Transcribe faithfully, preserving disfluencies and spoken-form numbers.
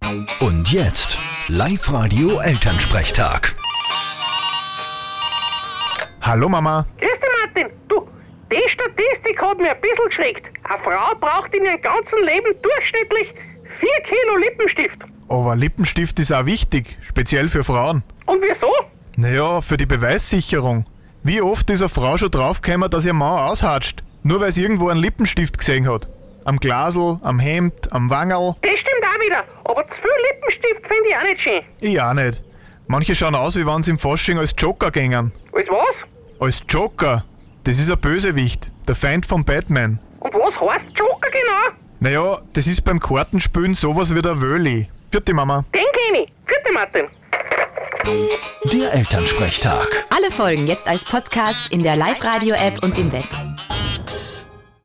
Und jetzt Live-Radio Elternsprechtag. Hallo Mama. Grüß dich, Martin. Du, die Statistik hat mir ein bisschen geschreckt. Eine Frau braucht in ihrem ganzen Leben durchschnittlich vier Kilo Lippenstift. Aber Lippenstift ist auch wichtig, speziell für Frauen. Und wieso? Naja, für die Beweissicherung. Wie oft ist eine Frau schon draufgekommen, dass ihr Mann aushatscht, nur weil sie irgendwo einen Lippenstift gesehen hat? Am Glasl, am Hemd, am Wangerl. Das stimmt auch wieder. Aber zu viel Lippenstift finde ich auch nicht schön. Ich auch nicht. Manche schauen aus, wie wenn sie im Fasching als Joker gängen. Als was? Als Joker? Das ist ein Bösewicht, der Feind von Batman. Und was heißt Joker genau? Naja, das ist beim Kartenspielen sowas wie der Wöli. Vierte Mama. Den kenn ich. Grüß Martin. Der Elternsprechtag. Alle Folgen jetzt als Podcast in der Live-Radio-App und im Web.